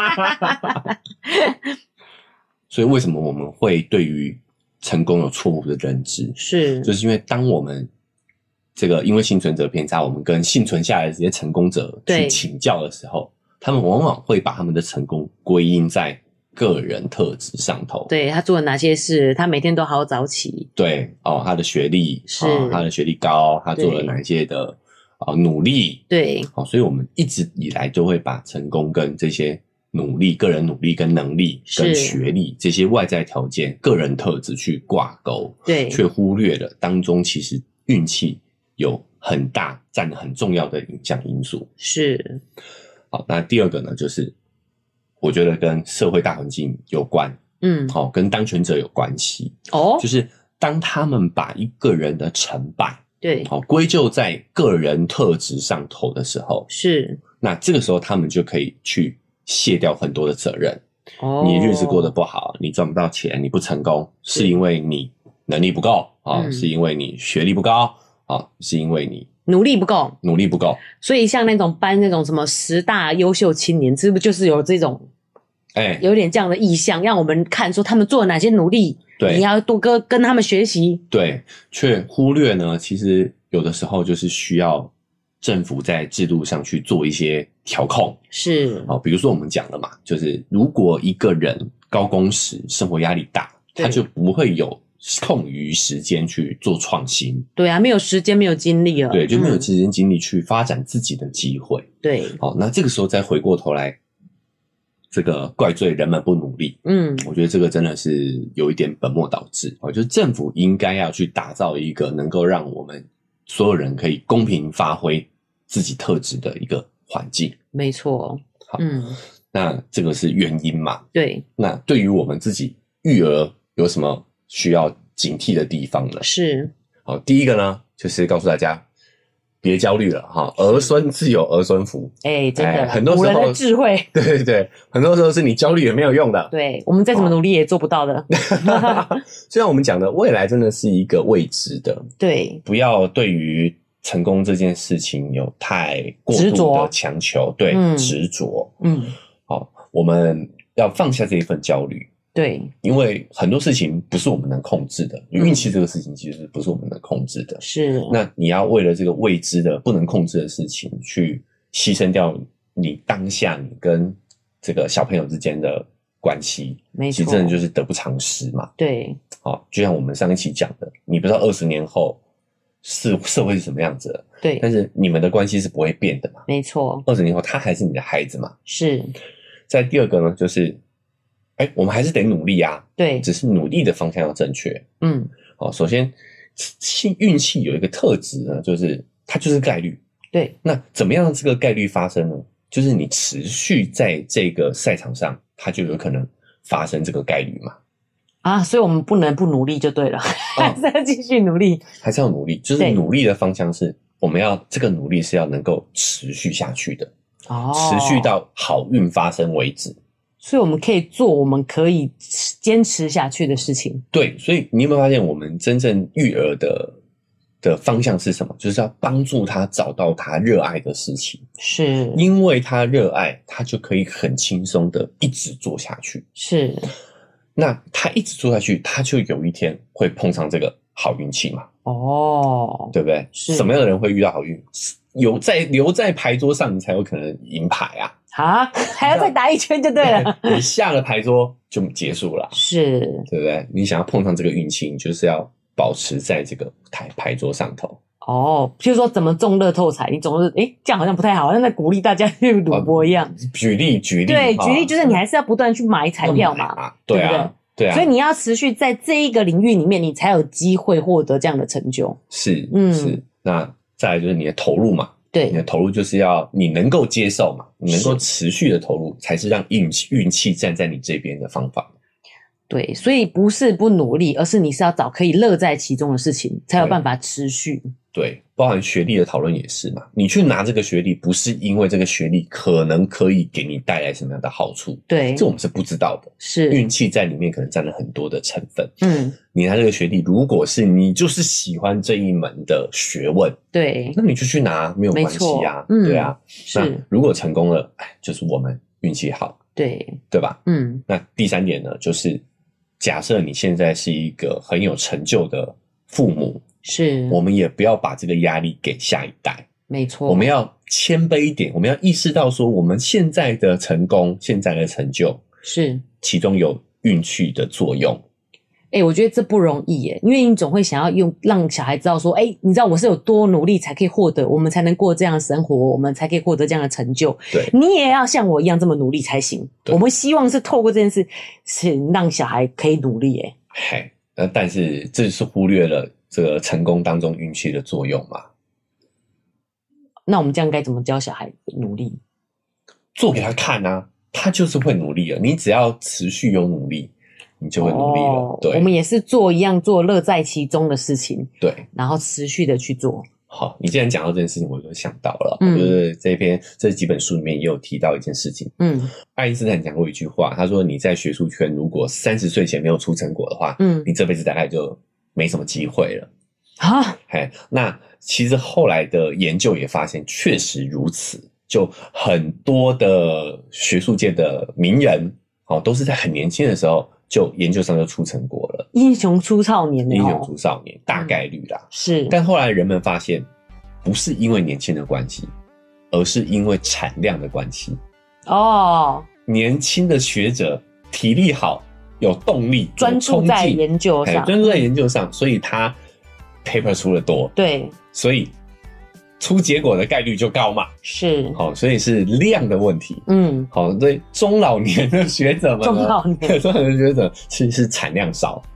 所以为什么我们会对于成功有错误的认知？是，就是因为当我们这个因为幸存者偏差，我们跟幸存下来的这些成功者去请教的时候，他们往往会把他们的成功归因在个人特质上头。对， 他做了哪些事，他每天都好早起。 对哦，他的学历是、哦、他的学历高，他做了哪一些的呃努力。对，好、哦，所以我们一直以来就会把成功跟这些努力、个人努力跟能力跟学历这些外在条件、个人特质去挂钩。对，却忽略了当中其实运气有很大占很重要的影响因素。是，好，那第二个呢，就是我觉得跟社会大环境有关，嗯，好、哦，跟当权者有关系。哦，就是当他们把一个人的成败，对，好、哦，归咎在个人特质上头的时候，是，那这个时候他们就可以去卸掉很多的责任。哦，你日子过得不好，你赚不到钱，你不成功，是因为你能力不够啊、哦嗯，是因为你学历不高啊、哦，是因为你努力不够， 努力不够。 所以像那种颁那种什么十大优秀青年，是不是就是有这种，哎，有点这样的意向，让我们看说他们做了哪些努力，对，你要多跟跟他们学习。 对，却忽略呢，其实有的时候就是需要政府在制度上去做一些调控。是，好、哦，比如说我们讲了嘛，就是如果一个人高工时，生活压力大，他就不会有空余时间去做创新。 对啊，没有时间，没有精力了。 对，就没有时间精力去发展自己的机会。嗯、对，好，那这个时候再回过头来，这个怪罪人们不努力。嗯，我觉得这个真的是有一点本末倒置。哦，就是政府应该要去打造一个能够让我们所有人可以公平发挥自己特质的一个环境。 没错。 好，嗯，那这个是原因嘛？ 对。 那对于我们自己育儿有什么需要警惕的地方呢？是，好，第一个呢，就是告诉大家， 别焦虑了哈，儿孙自有儿孙福。 哎、欸，真的， 欸、很多时候古人的智慧， 对对对，很多时候是你焦虑也没有用的。 对，我们再怎么努力也做不到的。 虽然我们讲的未来真的是一个未知的， 对， 不要对于成功这件事情有太过度的强求，对，执着，嗯，好，我们要放下这一份焦虑。 对， 因为很多事情不是我们能控制的，运气这个事情其实不是我们能控制的。 是， 那你要为了这个未知的、不能控制的事情，去牺牲掉你当下你跟这个小朋友之间的关系， 没错， 其实真的就是得不偿失嘛。 对， 好，就像我们上一期讲的，你不知道二十年后是社会是什么样子的， 对， 但是你们的关系是不会变的嘛。 没错， 二十年后他还是你的孩子嘛。 是。 再第二个呢，就是。哎、欸，我们还是得努力啊。 对， 只是努力的方向要正确。嗯，好，首先，幸运气有一个特质呢，就是它就是概率。 对， 那怎么样这个概率发生呢？就是你持续在这个赛场上，它就有可能发生这个概率嘛。 啊，所以我们不能不努力就对了，还是要继续努力， 还是要努力。就是努力的方向是，我们要这个努力是要能够持续下去的，哦，持续到好运发生为止。 所以我们可以做我们可以坚持下去的事情。 对，所以你有没有发现，我们真正育儿的的方向是什么？就是要帮助他找到他热爱的事情。 是， 因为他热爱，他就可以很轻松的一直做下去。 是， 那他一直做下去，他就有一天会碰上这个好运气嘛？ 哦， 对不对？是，什么样的人会遇到好运？有在留在牌桌上，你才有可能赢牌啊！ 啊，还要再打一圈就对了。 你下了牌桌就结束了， 是， 对不对？你想要碰上这个运气，你就是要保持在这个台牌桌上头。 哦，譬如说怎么中乐透彩，你总是诶这样好像不太好，好像在鼓励大家去赌博一样。 哦、举例举例， 对，举例就是你还是要不断去买彩票嘛， 啊对啊， 对不对？ 对啊， 所以你要持续在这一个领域里面，你才有机会获得这样的成就。 是，嗯，是。那再来就是你的投入嘛。 对， 你的投入就是要你能够接受嘛，你能够持续的投入，才是让运气运气站在你这边的方法。 对，所以不是不努力，而是你是要找可以乐在其中的事情，才有办法持续。 对，包含学历的讨论也是嘛。你去拿这个学历，不是因为这个学历可能可以给你带来什么样的好处， 对， 这我们是不知道的。 是运气在里面可能占了很多的成分。 嗯， 你拿这个学历，如果是你就是喜欢这一门的学问， 对， 那你就去拿，没有关系啊。 嗯， 对啊， 是。 那如果成功了，哎，就是我们运气好， 对， 对吧？ 嗯， 那第三点呢，就是假设你现在是一个很有成就的父母。 是， 我们也不要把这个压力给下一代。 没错， 我们要谦卑一点，我们要意识到说，我们现在的成功、现在的成就， 是其中有运气的作用。 哎、欸，我觉得这不容易耶，因为你总会想要用让小孩知道说，哎、欸，你知道我是有多努力才可以获得，我们才能过这样的生活，我们才可以获得这样的成就。 对， 你也要像我一样这么努力才行。我们希望是透过这件事情让小孩可以努力耶。 嘿，呃，但是这是忽略了这个成功当中运气的作用嘛？ 那我们这样该怎么教小孩努力？ 做给他看啊，他就是会努力了。你只要持续有努力，你就会努力了。哦、对， 我们也是做一样做乐在其中的事情， 对， 然后持续的去做。 好，你既然讲到这件事情，我就想到了，嗯，就是这篇这几本书里面也有提到一件事情，嗯，爱因斯坦讲过一句话，他说你在学术圈如果三十岁前没有出成果的话，嗯，你这辈子大概就没什么机会了。啊，嘿，那其实后来的研究也发现确实如此，就很多的学术界的名人，哦，都是在很年轻的时候就研究上就出成果了， 英雄出少年， 英雄出少年，大概率啦， 嗯、是。 但后来人们发现，不是因为年轻的关系，而是因为产量的关系。哦，年轻的学者体力好，有动力， 专注在研究上， 专注在研究上，所以他 paper 出的多， 对， 所以出结果的概率就高嘛。 是， 好，所以是量的问题。嗯，好，对中老年的学者们呢， 中老年中老年学者其实是产量少，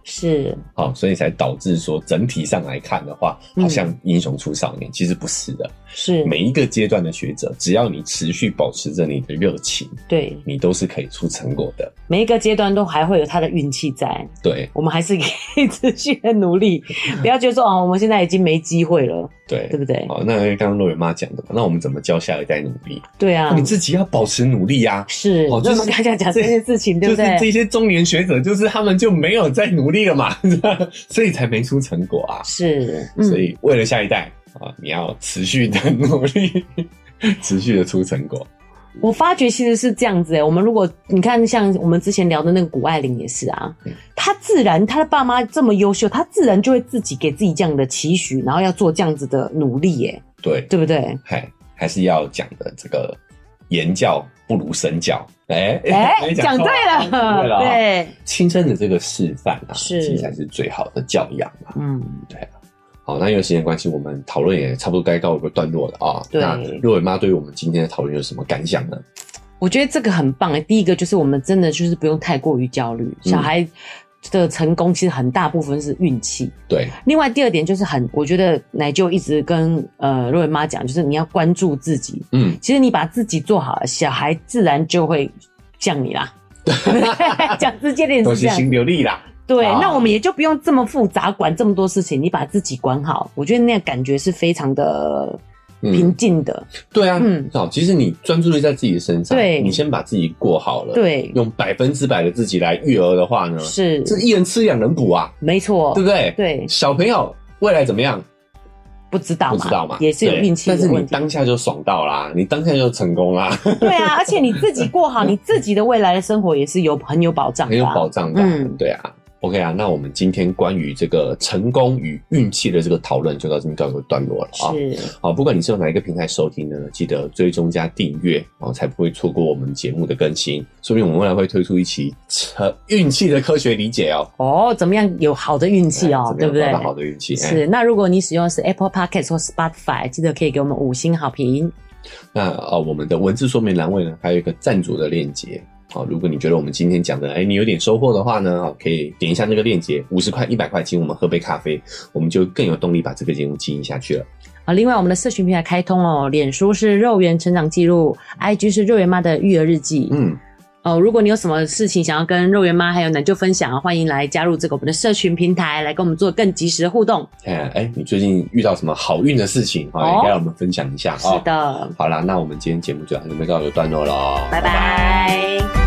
是， 好，所以才导致说整体上来看的话，好像英雄出少年，嗯、其实不是的。 是每一个阶段的学者，只要你持续保持着你的热情， 对， 你都是可以出成果的。 每一个阶段都还会有他的运气在， 对， 我们还是可以持续的努力，不要觉得说哦，我们现在已经没机会了， 对， 对不对？ 好，那刚刚若圆妈讲的嘛，那我们怎么教下一代努力？ 对啊， 你自己要保持努力啊。 是， 哦，就是我们刚刚讲这件事情，对不对？ 就是这些中年学者，就是他们就没有在努力了嘛，所以才没出成果啊。 是，嗯、 所以为了下一代啊，你要持续的努力，持续的出成果。 我发觉其实是这样子诶、欸，我们如果你看像我们之前聊的那个谷爱凌也是啊，嗯、她自然她的爸妈这么优秀，她自然就会自己给自己这样的期许，然后要做这样子的努力耶、欸， 对， 对不对？ 还还是要讲的这个言教不如身教，哎、欸、 哎，讲、欸、对了， 对了， 对， 亲身的这个示范啊， 是其实才是最好的教养嘛， 嗯， 对啊。好，那因为时间关系，我们讨论也差不多该告一个段落了啊。 对， 那若圆妈对于我们今天的讨论有什么感想呢？ 我觉得这个很棒诶。第一个就是我们真的就是不用太过于焦虑， 嗯、 小孩的成功其实很大部分是运气。 对。 另外第二点就是很，我觉得奶就一直跟呃若圆妈讲，就是你要关注自己。嗯，其实你把自己做好了，小孩自然就会像你啦。讲直接点是这样， 都是心流力啦。 对， 啊、 那我们也就不用这么复杂，管这么多事情，你把自己管好，我觉得那个感觉是非常的平静的。 嗯、对啊，嗯，好，其实你专注力在自己的身上， 对， 你先把自己过好了， 对， 用百分之百的自己来育儿的话呢， 是， 这一人吃两人补啊， 没错， 对不对？ 对， 小朋友未来怎么样？ 不知道嘛， 不知道嘛， 也是有运气的问题。 但是你当下就爽到啦，你当下就成功啦。 对啊，而且你自己过好，你自己的未来的生活也是有很有保障的、啊， 很有保障的、啊。嗯，对啊。OK 啊，那我们今天关于这个成功与运气的这个讨论就到这边告一个段落了啊。 是， 好，不管你是用哪一个平台收听呢，记得追踪加订阅，然后才不会错过我们节目的更新。说不定我们未来会推出一期运气的科学理解哦。 哦，怎么样有好的运气哦，对不对？ 好的运气是、欸。那如果你使用的是 Apple Podcast 或 Spotify， 记得可以给我们五星好评。 那呃，我们的文字说明栏位呢，还有一个赞助的链接。好，如果你觉得我们今天讲的，哎、欸，你有点收获的话呢，可以点一下那个链接，五十块、一百块，请我们喝杯咖啡，我们就更有动力把这个节目经营下去了。 啊，另外我们的社群平台开通哦，脸书是肉圆成长记录 ，I G 是肉圆妈的育儿日记。嗯，哦，如果你有什么事情想要跟肉圆妈还有奶就分享，欢迎来加入这个我们的社群平台，来跟我们做更及时的互动。 哎、欸欸，你最近遇到什么好运的事情啊？也该让我们分享一下啊。 是的， 好啦，那我们今天节目就到这边告一个段落咯， 拜拜。